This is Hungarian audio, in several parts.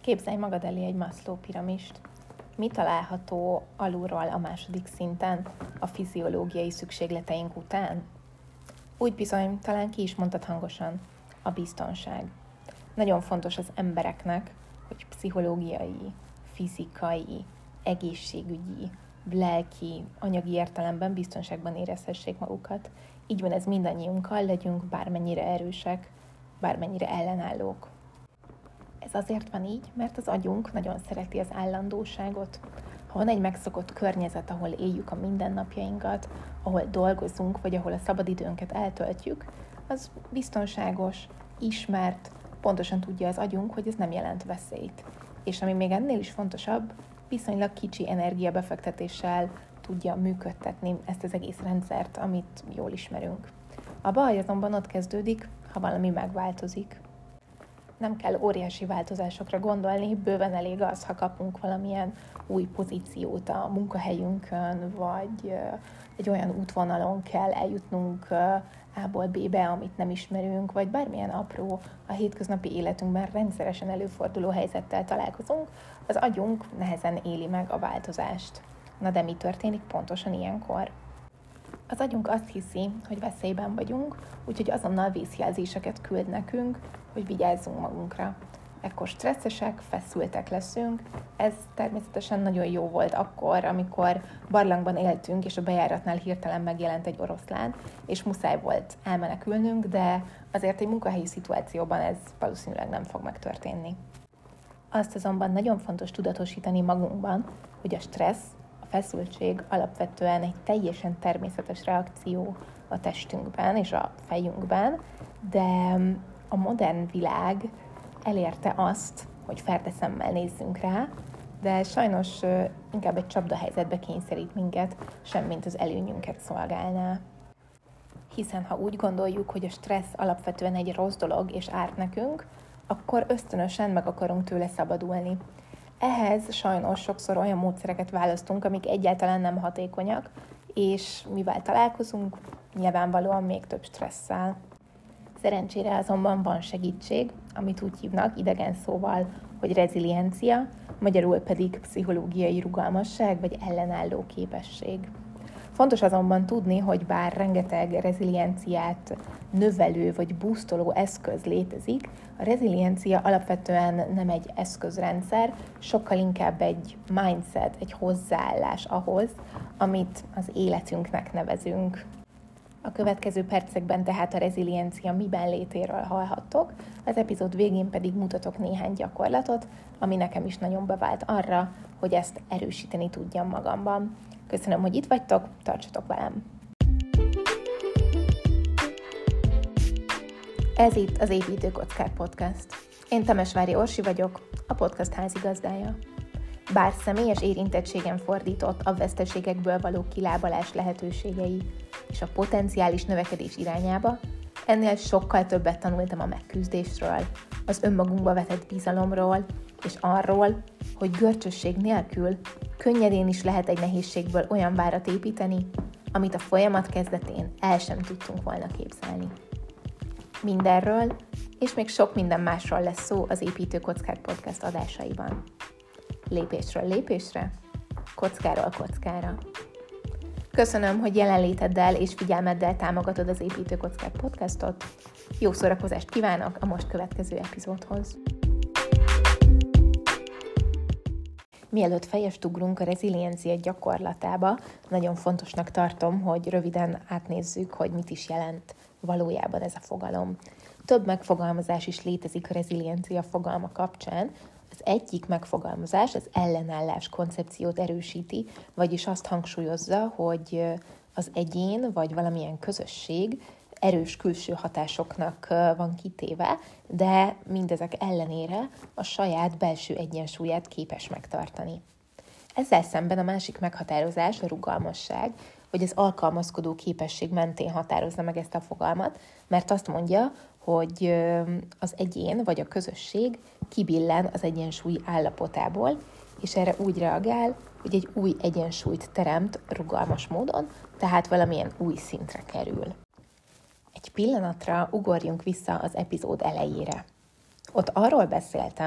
Képzelj magad elé egy Maslow piramist. Mi található alulról a második szinten, a fiziológiai szükségleteink után? Úgy bizony, talán ki is mondtad hangosan, a biztonság. Nagyon fontos az embereknek, hogy pszichológiai, fizikai, egészségügyi, lelki, anyagi értelemben biztonságban érezhessék magukat. Így van ez mindannyiunkkal, legyünk bármennyire erősek, bármennyire ellenállók. Ez azért van így, mert az agyunk nagyon szereti az állandóságot. Ha van egy megszokott környezet, ahol éljük a mindennapjainkat, ahol dolgozunk, vagy ahol a szabadidőnket eltöltjük, az biztonságos, ismert, pontosan tudja az agyunk, hogy ez nem jelent veszélyt. És ami még ennél is fontosabb, viszonylag kicsi energiabefektetéssel tudja működtetni ezt az egész rendszert, amit jól ismerünk. A baj azonban ott kezdődik, ha valami megváltozik. Nem kell óriási változásokra gondolni, bőven elég az, ha kapunk valamilyen új pozíciót a munkahelyünkön, vagy egy olyan útvonalon kell eljutnunk A-ból B-be, amit nem ismerünk, vagy bármilyen apró, a hétköznapi életünkben rendszeresen előforduló helyzettel találkozunk, az agyunk nehezen éli meg a változást. Na de mi történik pontosan ilyenkor? Az agyunk azt hiszi, hogy veszélyben vagyunk, úgyhogy azonnal vészjelzéseket küld nekünk, hogy vigyázzunk magunkra. Ekkor stresszesek, feszültek leszünk. Ez természetesen nagyon jó volt akkor, amikor barlangban éltünk, és a bejáratnál hirtelen megjelent egy oroszlán, és muszáj volt elmenekülnünk, de azért egy munkahelyi szituációban ez valószínűleg nem fog megtörténni. Azt azonban nagyon fontos tudatosítani magunkban, hogy a stressz, a feszültség alapvetően egy teljesen természetes reakció a testünkben és a fejünkben, de a modern világ elérte azt, hogy ferdeszemmel nézzünk rá, de sajnos inkább egy csapdahelyzetbe kényszerít minket, semmint az előnyünket szolgálná. Hiszen ha úgy gondoljuk, hogy a stressz alapvetően egy rossz dolog és árt nekünk, akkor ösztönösen meg akarunk tőle szabadulni. Ehhez sajnos sokszor olyan módszereket választunk, amik egyáltalán nem hatékonyak, és mivel találkozunk, nyilvánvalóan még több stresszel. Szerencsére azonban van segítség, amit úgy hívnak idegen szóval, hogy reziliencia, magyarul pedig pszichológiai rugalmasság vagy ellenálló képesség. Fontos azonban tudni, hogy bár rengeteg rezilienciát növelő vagy boostoló eszköz létezik, a reziliencia alapvetően nem egy eszközrendszer, sokkal inkább egy mindset, egy hozzáállás ahhoz, amit az életünknek nevezünk. A következő percekben tehát a reziliencia miben létéről hallhattok, az epizód végén pedig mutatok néhány gyakorlatot, ami nekem is nagyon bevált arra, hogy ezt erősíteni tudjam magamban. Köszönöm, hogy itt vagytok, tartsatok velem! Ez itt az Építőkockák Podcast. Én Temesvári Orsi vagyok, a podcast házigazdája. Bár személyes érintettségen fordított a veszteségekből való kilábalás lehetőségei és a potenciális növekedés irányába, ennél sokkal többet tanultam a megküzdésről, az önmagunkba vetett bizalomról, és arról, hogy görcsösség nélkül könnyedén is lehet egy nehézségből olyan várat építeni, amit a folyamat kezdetén el sem tudtunk volna képzelni. Mindenről, és még sok minden másról lesz szó az Építőkockák Podcast adásaiban. Lépésről lépésre, kockáról kockára. Köszönöm, hogy jelenléteddel és figyelmeddel támogatod az Építőkockák Podcastot. Jó szórakozást kívánok a most következő epizódhoz. Mielőtt fejest ugrunk a reziliencia gyakorlatába, nagyon fontosnak tartom, hogy röviden átnézzük, hogy mit is jelent valójában ez a fogalom. Több megfogalmazás is létezik a reziliencia fogalma kapcsán. Az egyik megfogalmazás az ellenállás koncepciót erősíti, vagyis azt hangsúlyozza, hogy az egyén vagy valamilyen közösség erős külső hatásoknak van kitéve, de mindezek ellenére a saját belső egyensúlyát képes megtartani. Ezzel szemben a másik meghatározás, a rugalmasság, vagy az alkalmazkodó képesség mentén határozza meg ezt a fogalmat, mert azt mondja, hogy az egyén vagy a közösség kibillen az egyensúly állapotából, és erre úgy reagál, hogy egy új egyensúlyt teremt rugalmas módon, tehát valamilyen új szintre kerül. Egy pillanatra ugorjunk vissza az epizód elejére. Ott arról beszéltem,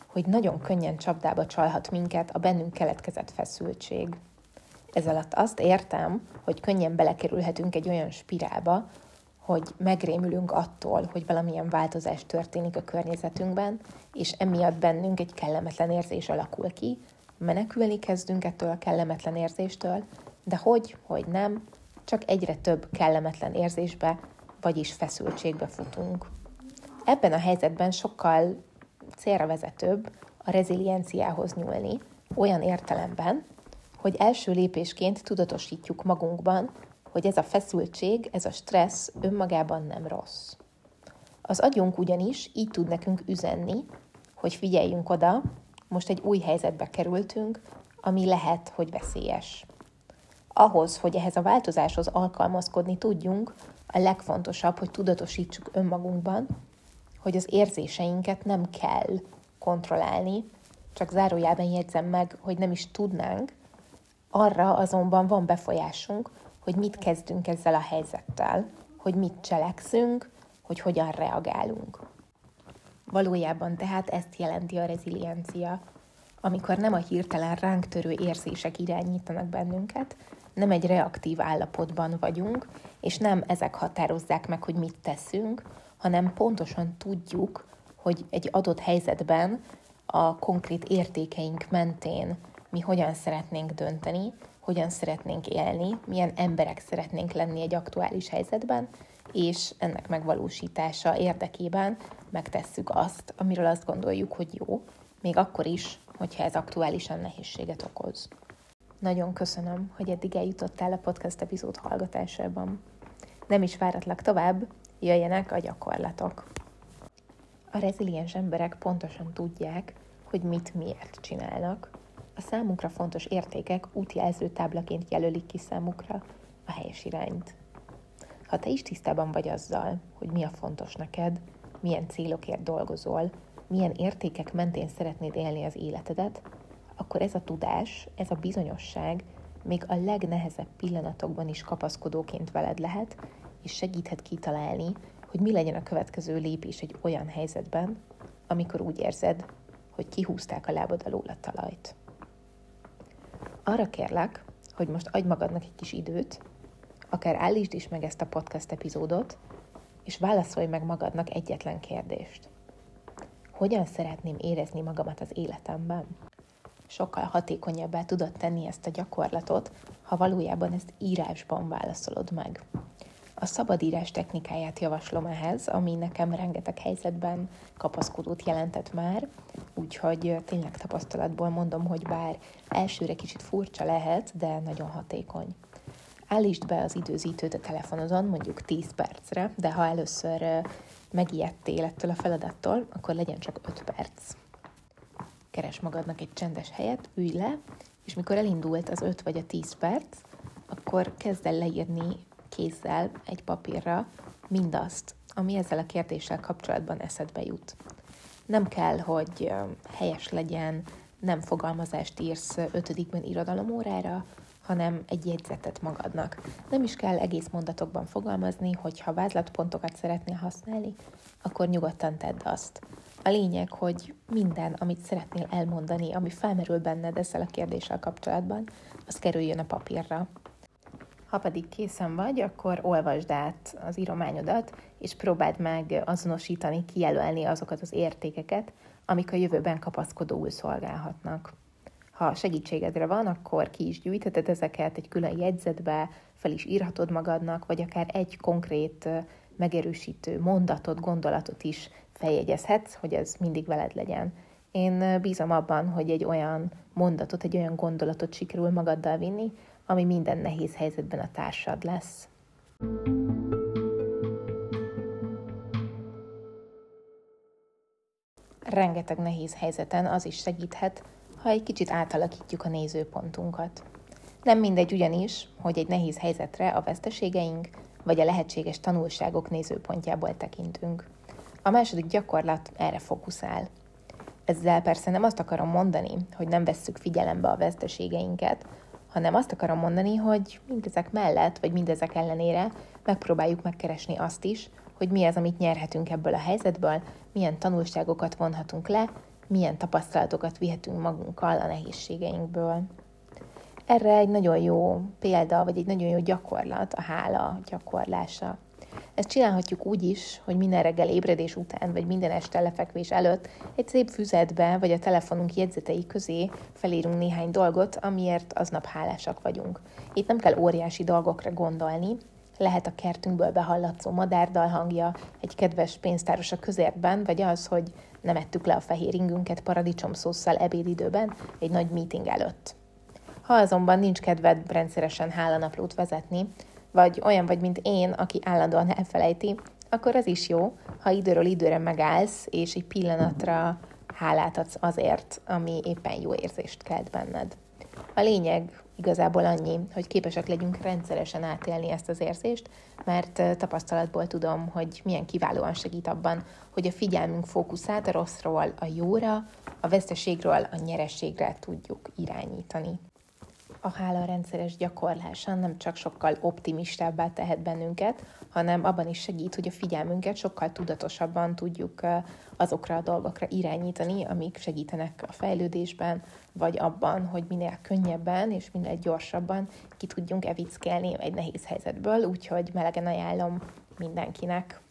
hogy nagyon könnyen csapdába csalhat minket a bennünk keletkezett feszültség. Ez alatt azt értem, hogy könnyen belekerülhetünk egy olyan spirálba, hogy megrémülünk attól, hogy valamilyen változás történik a környezetünkben, és emiatt bennünk egy kellemetlen érzés alakul ki, menekülni kezdünk ettől a kellemetlen érzéstől, de hogy nem, csak egyre több kellemetlen érzésbe, vagyis feszültségbe futunk. Ebben a helyzetben sokkal célra vezetőbb a rezilienciához nyúlni, olyan értelemben, hogy első lépésként tudatosítjuk magunkban, hogy ez a feszültség, ez a stressz önmagában nem rossz. Az agyunk ugyanis így tud nekünk üzenni, hogy figyeljünk oda, most egy új helyzetbe kerültünk, ami lehet, hogy veszélyes. Ahhoz, hogy ehhez a változáshoz alkalmazkodni tudjunk, a legfontosabb, hogy tudatosítsuk önmagunkban, hogy az érzéseinket nem kell kontrollálni, csak zárójában jegyzem meg, hogy nem is tudnánk, arra azonban van befolyásunk, hogy mit kezdünk ezzel a helyzettel, hogy mit cselekszünk, hogy hogyan reagálunk. Valójában tehát ezt jelenti a reziliencia, amikor nem a hirtelen ránk törő érzések irányítanak bennünket, nem egy reaktív állapotban vagyunk, és nem ezek határozzák meg, hogy mit teszünk, hanem pontosan tudjuk, hogy egy adott helyzetben a konkrét értékeink mentén mi hogyan szeretnénk dönteni, hogyan szeretnénk élni, milyen emberek szeretnénk lenni egy aktuális helyzetben, és ennek megvalósítása érdekében megtesszük azt, amiről azt gondoljuk, hogy jó, még akkor is, hogyha ez aktuálisan nehézséget okoz. Nagyon köszönöm, hogy eddig eljutottál a podcast epizód hallgatásában. Nem is váratlak tovább, jöjjenek a gyakorlatok. A reziliens emberek pontosan tudják, hogy mit miért csinálnak. A számunkra fontos értékek útjelző táblaként jelölik ki számukra a helyes irányt. Ha te is tisztában vagy azzal, hogy mi a fontos neked, milyen célokért dolgozol, milyen értékek mentén szeretnéd élni az életedet, akkor ez a tudás, ez a bizonyosság még a legnehezebb pillanatokban is kapaszkodóként veled lehet, és segíthet kitalálni, hogy mi legyen a következő lépés egy olyan helyzetben, amikor úgy érzed, hogy kihúzták a lábad alól a talajt. Arra kérlek, hogy most adj magadnak egy kis időt, akár állítsd is meg ezt a podcast epizódot, és válaszolj meg magadnak egyetlen kérdést. Hogyan szeretném érezni magamat az életemben? Sokkal hatékonyabbá tudod tenni ezt a gyakorlatot, ha valójában ezt írásban válaszolod meg. A szabadírás technikáját javaslom ehhez, ami nekem rengeteg helyzetben kapaszkodót jelentett már, úgyhogy tényleg tapasztalatból mondom, hogy bár elsőre kicsit furcsa lehet, de nagyon hatékony. Állítsd be az időzítőt a telefonodon, mondjuk 10 percre, de ha először megijedtél ettől a feladattól, akkor legyen csak 5 perc. Keres magadnak egy csendes helyet, ülj le, és mikor elindult az 5 vagy a 10 perc, akkor kezd el leírni kézzel egy papírra mindazt, ami ezzel a kérdéssel kapcsolatban eszedbe jut. Nem kell, hogy helyes legyen, nem fogalmazást írsz 5. irodalomórára, hanem egy jegyzetet magadnak. Nem is kell egész mondatokban fogalmazni, hogyha vázlatpontokat szeretnél használni, akkor nyugodtan tedd azt. A lényeg, hogy minden, amit szeretnél elmondani, ami felmerül benned ezzel a kérdéssel kapcsolatban, az kerüljön a papírra. Ha pedig készen vagy, akkor olvasd át az írományodat, és próbáld meg azonosítani, kijelölni azokat az értékeket, amik a jövőben kapaszkodóul szolgálhatnak. Ha segítségedre van, akkor ki is gyűjtheted ezeket egy külön jegyzetbe, fel is írhatod magadnak, vagy akár egy konkrét megerősítő mondatot, gondolatot is feljegyezhetsz, hogy ez mindig veled legyen. Én bízom abban, hogy egy olyan mondatot, egy olyan gondolatot sikerül magaddal vinni, ami minden nehéz helyzetben a társad lesz. Rengeteg nehéz helyzeten az is segíthet, ha egy kicsit átalakítjuk a nézőpontunkat. Nem mindegy ugyanis, hogy egy nehéz helyzetre a veszteségeink vagy a lehetséges tanulságok nézőpontjából tekintünk. A második gyakorlat erre fókuszál. Ezzel persze nem azt akarom mondani, hogy nem vesszük figyelembe a veszteségeinket, hanem azt akarom mondani, hogy mindezek mellett, vagy mindezek ellenére megpróbáljuk megkeresni azt is, hogy mi az, amit nyerhetünk ebből a helyzetből, milyen tanulságokat vonhatunk le, milyen tapasztalatokat vihetünk magunkkal a nehézségeinkből. Erre egy nagyon jó példa, vagy egy nagyon jó gyakorlat a hála gyakorlása. Ezt csinálhatjuk úgy is, hogy minden reggel ébredés után, vagy minden este lefekvés előtt egy szép füzetbe, vagy a telefonunk jegyzetei közé felírunk néhány dolgot, amiért aznap hálásak vagyunk. Itt nem kell óriási dolgokra gondolni, lehet a kertünkből behallatszó madárdal hangja, egy kedves pénztáros a közértben, vagy az, hogy nem ettük le a fehér ingünket paradicsomszósszal ebédidőben egy nagy meeting előtt. Ha azonban nincs kedved rendszeresen hálanaplót vezetni, vagy olyan vagy, mint én, aki állandóan elfelejti, akkor az is jó, ha időről időre megállsz, és egy pillanatra hálát adsz azért, ami éppen jó érzést kelt benned. A lényeg igazából annyi, hogy képesek legyünk rendszeresen átélni ezt az érzést, mert tapasztalatból tudom, hogy milyen kiválóan segít abban, hogy a figyelmünk fókuszát a rosszról a jóra, a veszteségről a nyereségre tudjuk irányítani. A hála rendszeres gyakorlása nem csak sokkal optimistábbá tehet bennünket, hanem abban is segít, hogy a figyelmünket sokkal tudatosabban tudjuk azokra a dolgokra irányítani, amik segítenek a fejlődésben, vagy abban, hogy minél könnyebben és minél gyorsabban ki tudjunk evickelni egy nehéz helyzetből, úgyhogy melegen ajánlom mindenkinek.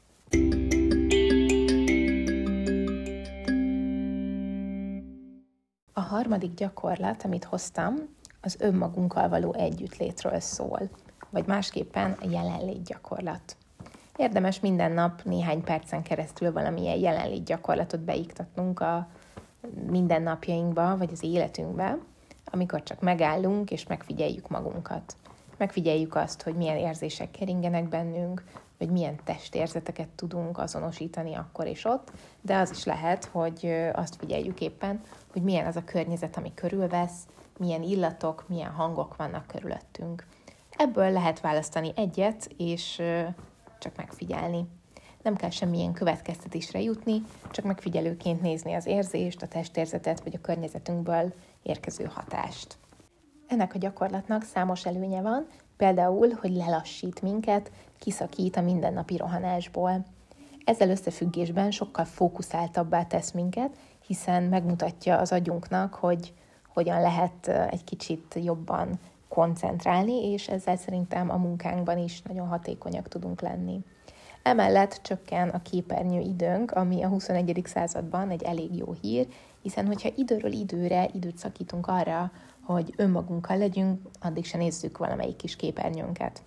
A harmadik gyakorlat, amit hoztam, az önmagunkkal való együttlétről szól, vagy másképpen a jelenlét gyakorlat. Érdemes minden nap néhány percen keresztül valamilyen jelenlét gyakorlatot beiktatnunk a mindennapjainkba, vagy az életünkbe, amikor csak megállunk és megfigyeljük magunkat. Megfigyeljük azt, hogy milyen érzések keringenek bennünk, vagy milyen testérzeteket tudunk azonosítani akkor és ott, de az is lehet, hogy azt figyeljük éppen, hogy milyen az a környezet, ami körülvesz, milyen illatok, milyen hangok vannak körülöttünk. Ebből lehet választani egyet, és csak megfigyelni. Nem kell semmilyen következtetésre jutni, csak megfigyelőként nézni az érzést, a testérzetet, vagy a környezetünkből érkező hatást. Ennek a gyakorlatnak számos előnye van, például, hogy lelassít minket, kiszakít a mindennapi rohanásból. Ezzel összefüggésben sokkal fókuszáltabbá tesz minket, hiszen megmutatja az agyunknak, hogy hogyan lehet egy kicsit jobban koncentrálni, és ezzel szerintem a munkánkban is nagyon hatékonyak tudunk lenni. Emellett csökken a képernyő időnk, ami a 21. században egy elég jó hír, hiszen hogyha időről időre időt szakítunk arra, hogy önmagunkkal legyünk, addig se nézzük valamelyik kis képernyőnket.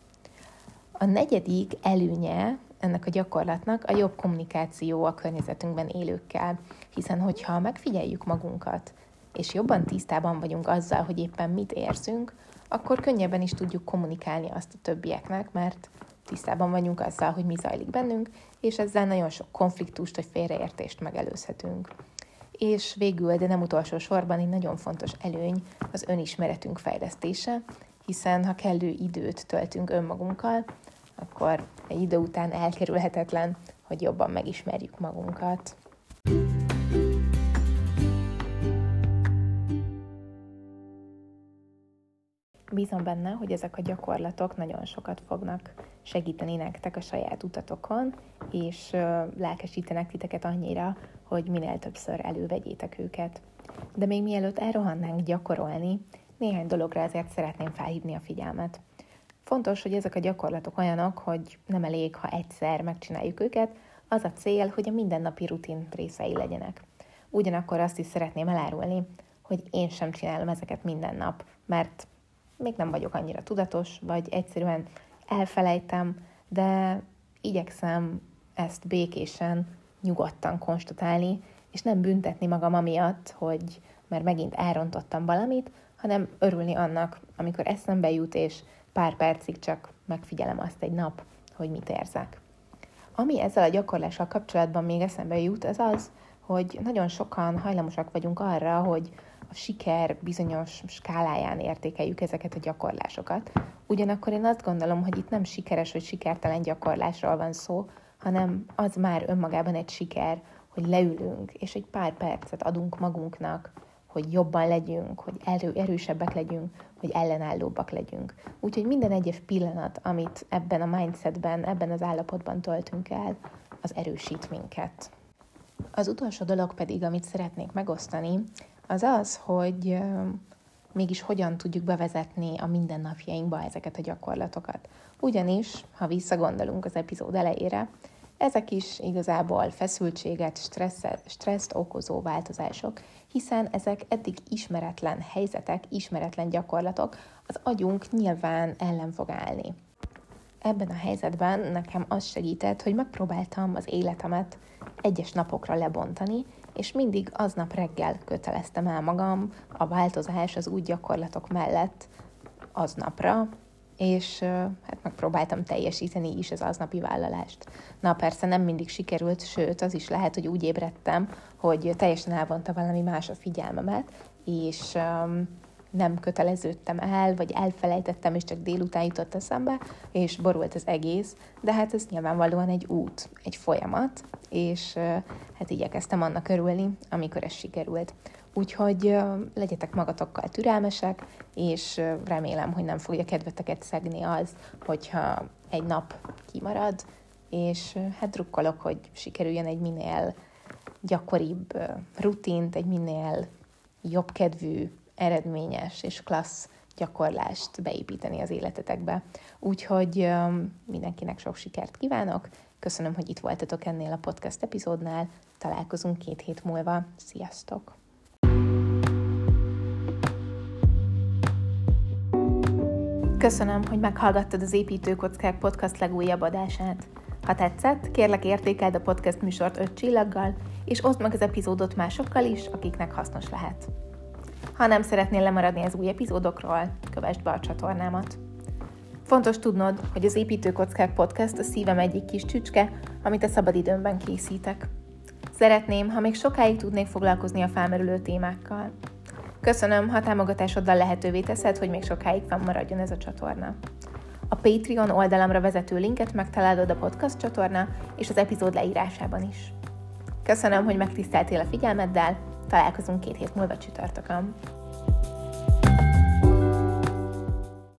A negyedik előnye ennek a gyakorlatnak a jobb kommunikáció a környezetünkben élőkkel, hiszen hogyha megfigyeljük magunkat, és jobban tisztában vagyunk azzal, hogy éppen mit érzünk, akkor könnyebben is tudjuk kommunikálni azt a többieknek, mert tisztában vagyunk azzal, hogy mi zajlik bennünk, és ezzel nagyon sok konfliktust vagy félreértést megelőzhetünk. És végül, de nem utolsó sorban egy nagyon fontos előny az önismeretünk fejlesztése, hiszen ha kellő időt töltünk önmagunkkal, akkor egy idő után elkerülhetetlen, hogy jobban megismerjük magunkat. Bízom benne, hogy ezek a gyakorlatok nagyon sokat fognak segíteni nektek a saját utatokon, és lelkesítenek titeket annyira, hogy minél többször elővegyétek őket. De még mielőtt elrohannánk gyakorolni, néhány dologra azért szeretném felhívni a figyelmet. Fontos, hogy ezek a gyakorlatok olyanok, hogy nem elég, ha egyszer megcsináljuk őket, az a cél, hogy a mindennapi rutin részei legyenek. Ugyanakkor azt is szeretném elárulni, hogy én sem csinálom ezeket minden nap, mert még nem vagyok annyira tudatos, vagy egyszerűen elfelejtem, de igyekszem ezt békésen, nyugodtan konstatálni, és nem büntetni magam amiatt, hogy már megint elrontottam valamit, hanem örülni annak, amikor eszembe jut, és pár percig csak megfigyelem azt egy nap, hogy mit érzek. Ami ezzel a gyakorlással kapcsolatban még eszembe jut, az az, hogy nagyon sokan hajlamosak vagyunk arra, hogy a siker bizonyos skáláján értékeljük ezeket a gyakorlásokat. Ugyanakkor én azt gondolom, hogy itt nem sikeres vagy sikertelen gyakorlásról van szó, hanem az már önmagában egy siker, hogy leülünk, és egy pár percet adunk magunknak, hogy jobban legyünk, hogy erősebbek legyünk, hogy ellenállóbbak legyünk. Úgyhogy minden egyes pillanat, amit ebben a mindsetben, ebben az állapotban töltünk el, az erősít minket. Az utolsó dolog pedig, amit szeretnék megosztani, az az, hogy mégis hogyan tudjuk bevezetni a mindennapjainkba ezeket a gyakorlatokat. Ugyanis, ha visszagondolunk az epizód elejére, ezek is igazából feszültséget, stresszt okozó változások, hiszen ezek eddig ismeretlen helyzetek, ismeretlen gyakorlatok, az agyunk nyilván ellen fog állni. Ebben a helyzetben nekem az segített, hogy megpróbáltam az életemet egyes napokra lebontani, és mindig aznap reggel köteleztem el magam a változás, az új gyakorlatok mellett aznapra, és hát megpróbáltam teljesíteni is az aznapi vállalást. Na persze nem mindig sikerült, sőt az is lehet, hogy úgy ébredtem, hogy teljesen elvonta valami más a figyelmemet, és nem köteleződtem el, vagy elfelejtettem, és csak délután jutott eszembe, és borult az egész, de hát ez nyilvánvalóan egy út, egy folyamat, és hát igyekeztem annak örülni, amikor ez sikerült. Úgyhogy legyetek magatokkal türelmesek, és remélem, hogy nem fogja kedveteket szegni az, hogyha egy nap kimarad, és hát drukkolok, hogy sikerüljön egy minél gyakoribb rutint, egy minél jobbkedvű, eredményes és klassz gyakorlást beépíteni az életetekbe. Úgyhogy mindenkinek sok sikert kívánok, köszönöm, hogy itt voltatok ennél a podcast epizódnál, találkozunk 2 hét múlva, sziasztok! Köszönöm, hogy meghallgattad az Építőkockák podcast legújabb adását. Ha tetszett, kérlek értékeld a podcast műsort 5 csillaggal, és oszd meg az epizódot másokkal is, akiknek hasznos lehet. Ha nem szeretnél lemaradni az új epizódokról, kövessd be a csatornámat. Fontos tudnod, hogy az Építőkockák podcast a szívem egyik kis csücske, amit a szabadidőmben készítek. Szeretném, ha még sokáig tudnék foglalkozni a felmerülő témákkal. Köszönöm, ha támogatásoddal lehetővé teszed, hogy még sokáig fennmaradjon ez a csatorna. A Patreon oldalamra vezető linket megtalálod a podcast csatorna és az epizód leírásában is. Köszönöm, hogy megtiszteltél a figyelmeddel, találkozunk 2 hét múlva csütörtökön.